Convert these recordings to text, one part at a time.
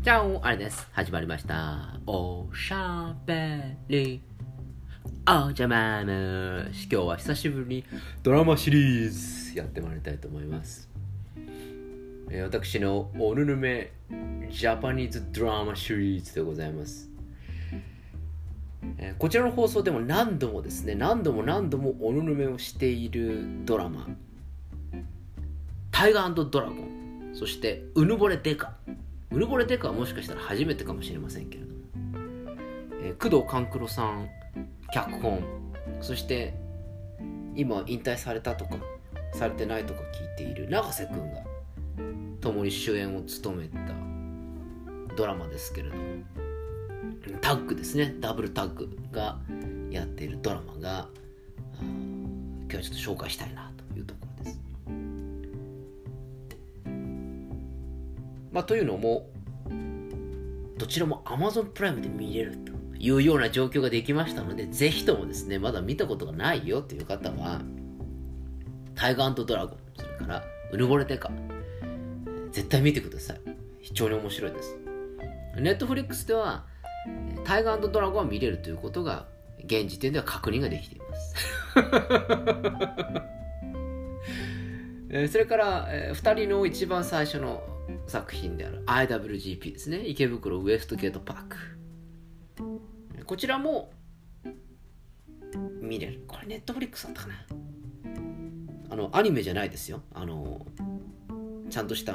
じゃん、あれです。始まりました。おしゃべり。おじゃまむし。今日は久しぶりにドラマシリーズやってまいりたいと思います。私のおぬぬめジャパニーズドラマシリーズでございます。こちらの放送でも何度もおぬぬめをしているドラマ、タイガー&ドラゴン、そしてうぬぼれデカ。うぬぼれデカはもしかしたら初めてかもしれませんけれども、工藤官九郎さん脚本、そして今引退されたとかされてないとか聞いている永瀬くんが共に主演を務めたドラマですけれども、タッグですね、ダブルタッグがやっているドラマが今日はちょっと紹介したいなというところです。というのもどちらも Amazon プライムで見れるというような状況ができましたので、ぜひともですね、まだ見たことがないよという方はタイガー&ドラゴン、それからうぬぼれデカ、絶対見てください。非常に面白いです。Netflix ではタイガー&ドラゴンは見れるということが現時点では確認ができていますそれから2人の一番最初の作品である IWGP ですね、池袋ウエストゲートパーク、こちらも見れる。これネットフリックスだったかな。アニメじゃないですよ。ちゃんとした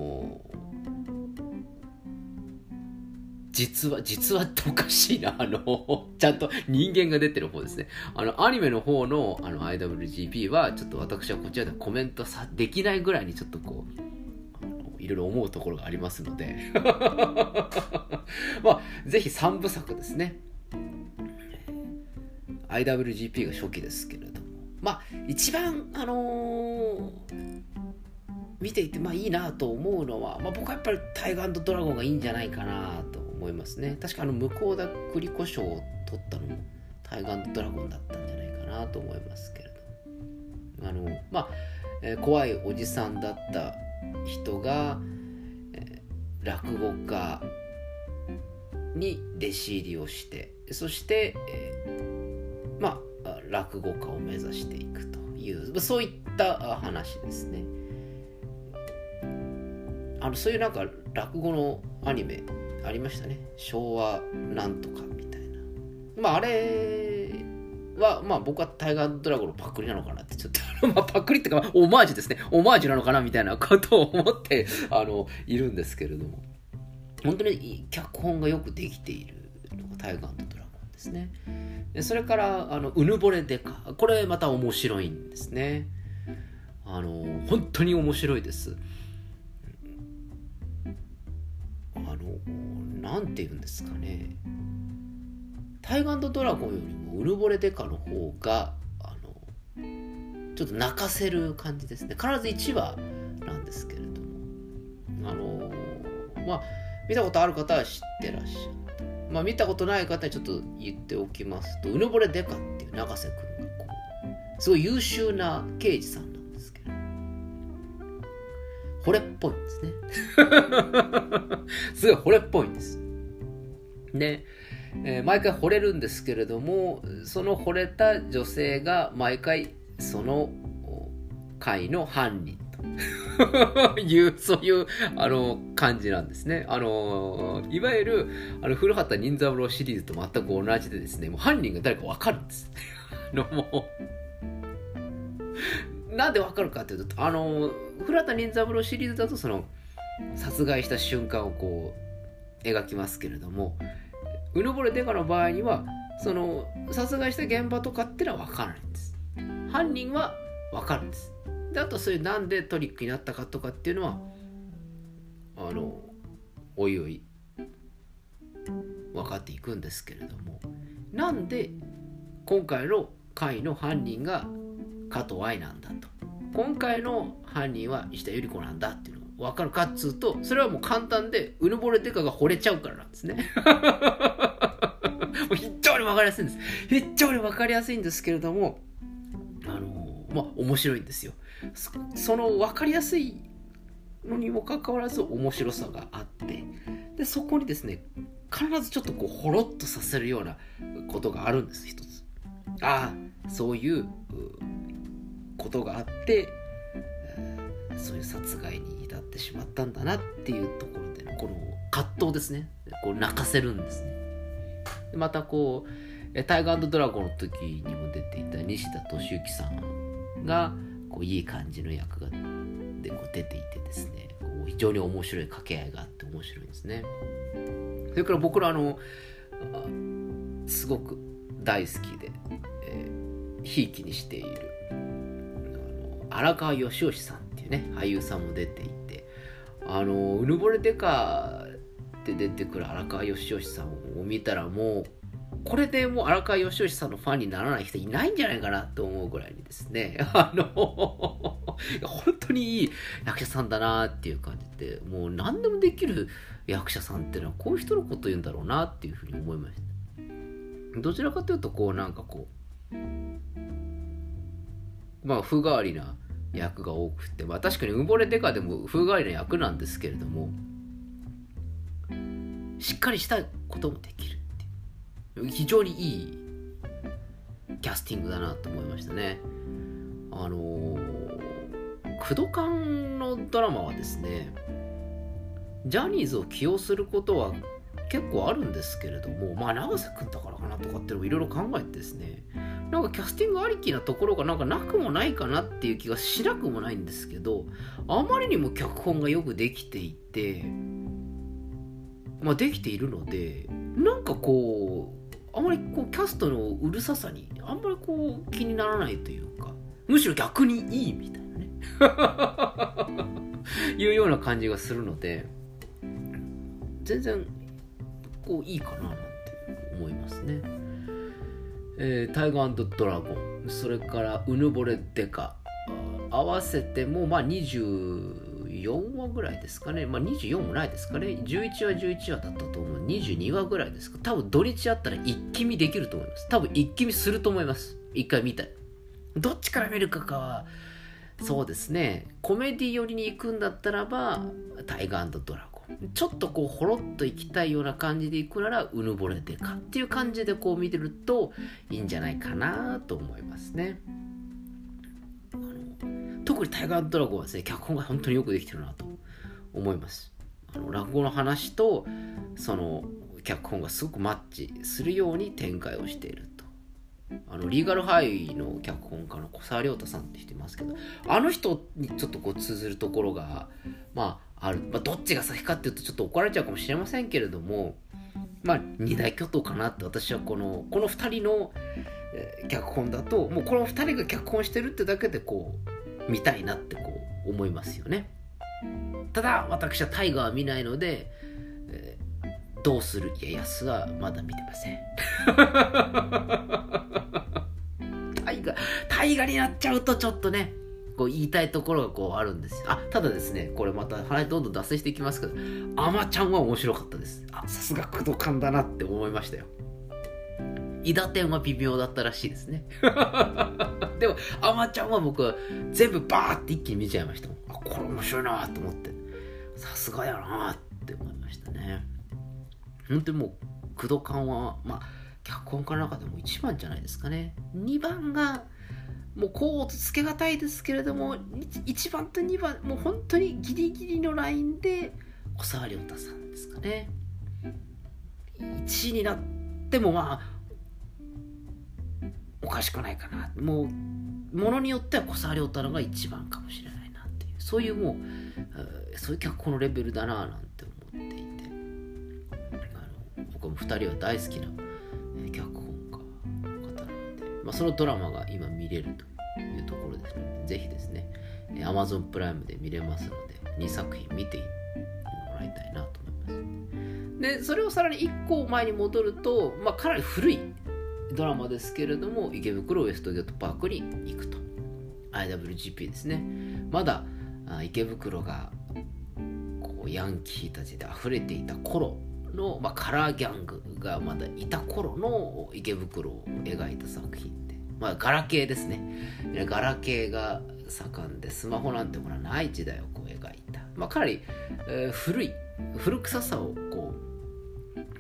実はっておかしいな、ちゃんと人間が出てる方ですね。アニメの方のIWGP はちょっと私はこちらでコメントできないぐらいにちょっとこういろいろ思うところがありますのでぜひ3部作ですね。IWGP が初期ですけれども、一番見ていていいなと思うのは、僕はやっぱりタイガー&ドラゴンがいいんじゃないかなと思いますね。確か向田栗子賞を取ったのもタイガー&ドラゴンだったんじゃないかなと思いますけれど、怖いおじさんだった人が、落語家に弟子入りをして、そして、落語家を目指していくという、そういった話ですね。そういう落語のアニメありましたね。昭和なんとかみたいな。あれは僕はタイガー&ドラゴンのパクリなのかなってちょっとパクリってかオマージュですね。オマージュなのかなみたいなことを思っているんですけれども、本当に脚本がよくできているのがタイガー&ドラゴンですね。でそれからうぬぼれデカ、これまた面白いんですね。本当に面白いです。なんて言うんですかね、タイガー&ドラゴンよりもうぬぼれデカの方がちょっと泣かせる感じですね。必ず1話なんですけれども、見たことある方は知ってらっしゃる。見たことない方にちょっと言っておきますと、うぬぼれデカっていう永瀬くんがすごい優秀な刑事さんなんですけど、惚れっぽいんですねすごい惚れっぽいんですで、毎回惚れるんですけれども、その惚れた女性が毎回その回の犯人というそういう感じなんですね。いわゆる古畑任三郎シリーズと全く同じでですね、もう犯人が誰か分かるんですもうなんで分かるかというと、古畑任三郎シリーズだとその殺害した瞬間をこう描きますけれども、うぬぼれデカの場合にはその殺害した現場とかってのは分からないんです。犯人は分かるんです。であとそういうなんでトリックになったかとかっていうのはおいおい分かっていくんですけれども、なんで今回の回の犯人が加藤愛なんだと、今回の犯人は石田ゆり子なんだっていうのが分かるかっつうと、それはもう簡単でうぬぼれデカが惚れちゃうからなんですねもう非常に分かりやすいんです。非常に分かりやすいんですけれども、面白いんですよ。その分かりやすいのにもかかわらず面白さがあって、 でそこにですね必ずちょっとこうほろっとさせるようなことがあるんです。一つそういうことがあってそういう殺害に至ってしまったんだなっていうところでのこの葛藤ですね、こう泣かせるんですね。でまたこうタイガー&ドラゴンの時にも出ていた西田敏行さんがこういい感じの役でこう出ていてですね、こう非常に面白い掛け合いがあって面白いですね。それから僕らすごく大好きでひいきにしている荒川義義さんっていうね俳優さんも出ていて、うぬぼれデカで出てくる荒川義義さんを見たらもうこれでもう荒川義義さんのファンにならない人いないんじゃないかなと思うぐらいにですね本当にいい役者さんだなっていう感じで、もう何でもできる役者さんっていうのはこういう人のこと言うんだろうなっていうふうに思いました。どちらかというとこうなんかこう風変わりな役が多くて、確かにうぬぼれデカでも風変わりな役なんですけれどもしっかりしたこともできるっていう非常にいいキャスティングだなと思いましたね。クドカンのドラマはですねジャニーズを起用することは結構あるんですけれども、永瀬くんだからかなとかってのもいろいろ考えてですね、なんかキャスティングありきなところがなんかなくもないかなっていう気がしなくもないんですけど、あまりにも脚本がよくできていてできているので、なんかこうあまりこうキャストのうるささにあんまりこう気にならないというか、むしろ逆にいいみたいなねいうような感じがするので、全然こういいかななんて思いますね。タイガー&ドラゴン、それからうぬぼれデカ合わせても24話ぐらいですかね、24もないですかね、11話11話だったと思う、22話ぐらいですか。多分土日あったら一気見できると思います。多分一気見すると思います。一回見たい。どっちから見るかはそうですね、コメディ寄りに行くんだったらばタイガー&ドラゴン、ちょっとこうほろっと行きたいような感じで行くならうぬぼれデカっていう感じでこう見てるといいんじゃないかなと思いますね。特にタイガー&ドラゴンはですね、脚本が本当によくできてるなと思います。落語の話とその脚本がすごくマッチするように展開をしていると。リーガルハイの脚本家の小沢亮太さんって人いますけど、あの人にちょっとこう通ずるところがある、どっちが先かっていうとちょっと怒られちゃうかもしれませんけれども、二大巨頭かなって私はこの2人の脚本だと、もうこの2人が脚本してるってだけでこう見たいなってこう思いますよね。ただ私はタイガーは見ないので、どうする家康はまだ見てませんタイガになっちゃうとちょっとねこう言いたいところがこうあるんですよ。ただですね、これまた話どんどん脱線していきますけど、アマちゃんは面白かったです。さすが工藤勘だなって思いましたよ。伊達天は微妙だったらしいですねでもアマちゃんは僕は全部バーって一気に見ちゃいましたもん。これ面白いなと思って、さすがやなって思いましたね。本当にもう工藤勘は脚本家の中でも1番じゃないですかね。2番がもうこうつけがたいですけれども、1番と2番もう本当にギリギリのラインで小沢亮太さんですかね。1位になってもおかしくないかな。もうものによっては小沢亮太のが1番かもしれないなっていう、そういうもうそういう脚本のレベルだななんて思っていて、僕も2人は大好きな脚本家の方なので、そのドラマが今見れるというところですので、ぜひですね Amazon プライムで見れますので2作品見てもらいたいなと思います。でそれをさらに1個前に戻ると、かなり古いドラマですけれども、池袋ウエストゲートパークに行くと IWGP ですね。まだ池袋がこうヤンキーたちで溢れていた頃の、カラーギャングがまだいた頃の池袋を描いた作品で、ガラケーですね。ガラケーが盛んでスマホなんてものはない時代をこう描いた、かなり、古臭さをこ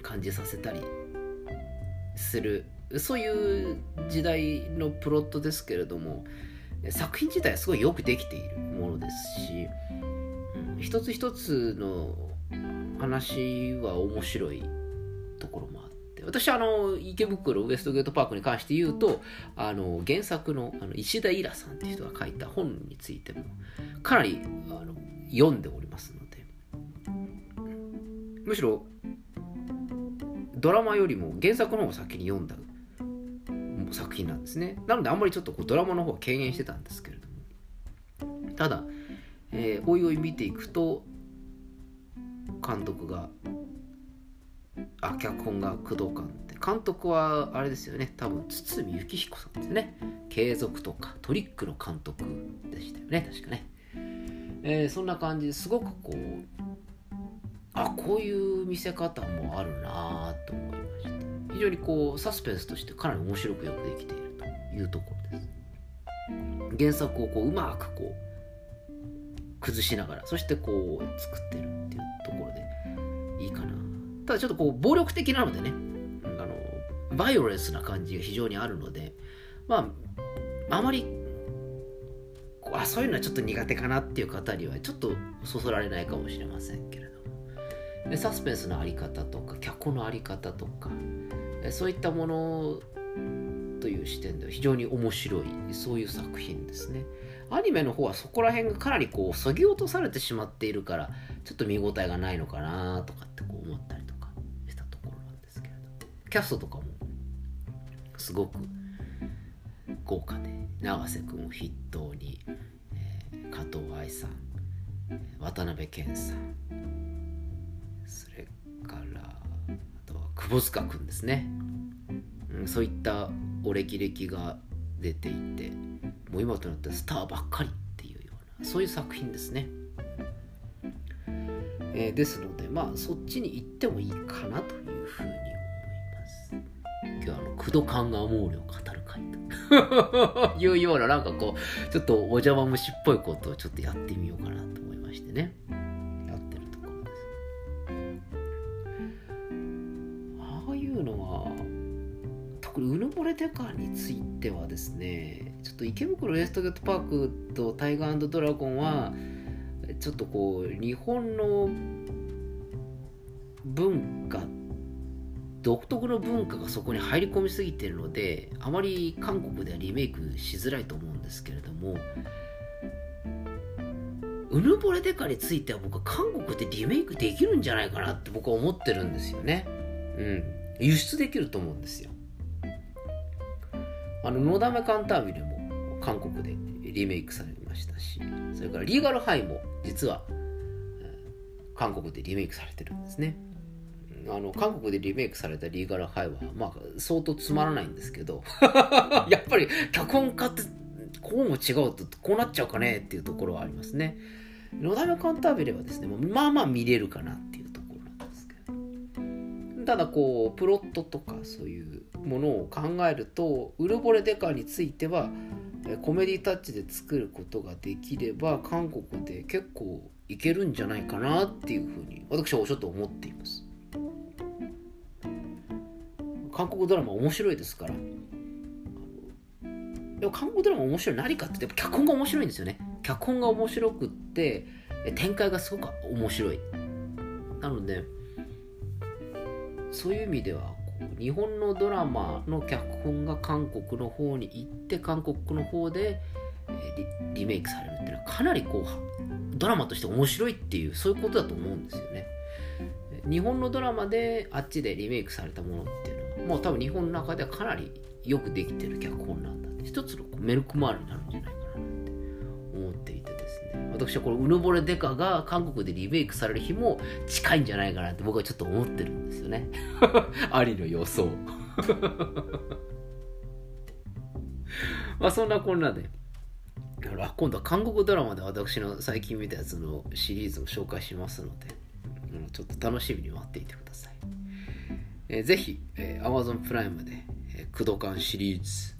感じさせたりする、そういう時代のプロットですけれども、作品自体はすごいよくできているものですし、一つ一つの話は面白いところもあって、私池袋ウエストゲートパークに関して言うと、原作の石田イラさんっていう人が書いた本についてもかなり読んでおりますので、むしろドラマよりも原作の方を先に読んだ作品なんですね。なのであんまりちょっとドラマの方は敬遠してたんですけれども、ただ、おいおい見ていくと監督が脚本が工藤官で、監督はあれですよね、多分堤幸彦さんですね。継続とかトリックの監督でしたよね、確かね。そんな感じですごくこういう見せ方もあるなと思いました。非常にサスペンスとしてかなり面白くよくできているというところです。原作をうまく崩しながら、そして作ってるっていうところでいいかな。ただちょっと暴力的なのでね、バイオレンスな感じが非常にあるので、あまりそういうのはちょっと苦手かなっていう方にはちょっとそそられないかもしれませんけれども、でサスペンスのあり方とか脚本のあり方とかそういったものという視点では非常に面白い、そういう作品ですね。アニメの方はそこら辺がかなりそぎ落とされてしまっているから、ちょっと見応えがないのかなとかって思ったりとかしたところなんですけれど、キャストとかもすごく豪華で、永瀬君を筆頭に、加藤愛さん、渡辺謙さん、それからあとは窪塚君ですね、そういったお歴々が出ていて、もう今となってはスターばっかりっていうような、そういう作品ですね。ですのでそっちに行ってもいいかなというふうに思います。今日は工藤官がアモーレを語る会というような、ちょっとお邪魔虫っぽいことをちょっとやってみようかなと思いましてね、やってるところです。ああいうのは特にうぬぼれデカについてはですね、ちょっと池袋ウエストゲートパークとタイガー&ドラゴンはちょっと日本の文化、独特の文化がそこに入り込みすぎているので、あまり韓国ではリメイクしづらいと思うんですけれども、うぬぼれデカについては僕は韓国でリメイクできるんじゃないかなって僕は思ってるんですよね。輸出できると思うんですよ。のだめカンタービレも韓国でリメイクされましたし、それからリーガルハイも実は、韓国でリメイクされてるんですね。韓国でリメイクされたリーガルハイは相当つまらないんですけどやっぱり脚本家ってこうも違うとこうなっちゃうかねっていうところはありますね。のだめカンタービレはですね、見れるかなっていうところなんですけど、ただプロットとかそういうものを考えると、うるぼれデカについてはコメディタッチで作ることができれば韓国で結構いけるんじゃないかなっていうふうに私はちょっと思っています。韓国ドラマ面白いですから。でも韓国ドラマ面白い何かって脚本が面白いんですよね。脚本が面白くって展開がすごく面白い。なのでそういう意味では日本のドラマの脚本が韓国の方に行って韓国の方でリメイクされるっていうのはかなりドラマとして面白いっていう、そういうことだと思うんですよね。日本のドラマであっちでリメイクされたものっていうのはもう多分日本の中ではかなりよくできてる脚本なんだって、一つのメルクマールになるんじゃないかなって思っていてですね、私はこのうぬぼれデカが韓国でリメイクされる日も近いんじゃないかなって僕はちょっと思ってるんですよねありの予想そんなこんなで今度は韓国ドラマで私の最近見たやつのシリーズを紹介しますので、ちょっと楽しみに待っていてください。ぜひ、Amazon プライムで、クドカンシリーズ、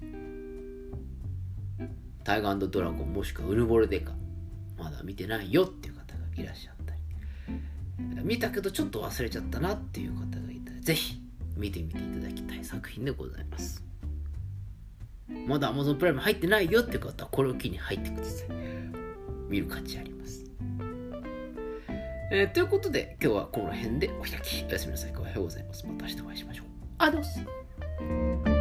タイガー&ドラゴンもしくはうぬぼれデカまだ見てないよっていう方がいらっしゃったり、見たけどちょっと忘れちゃったなっていう方がいたり、 ぜひ見てみていただきたい作品でございます。まだ Amazon プライム入ってないよって方はこれを機に入ってください。見る価値あります。ということで今日はこの辺でお開き。おやすみなさい。おはようございます。また明日お会いしましょう。アディオス。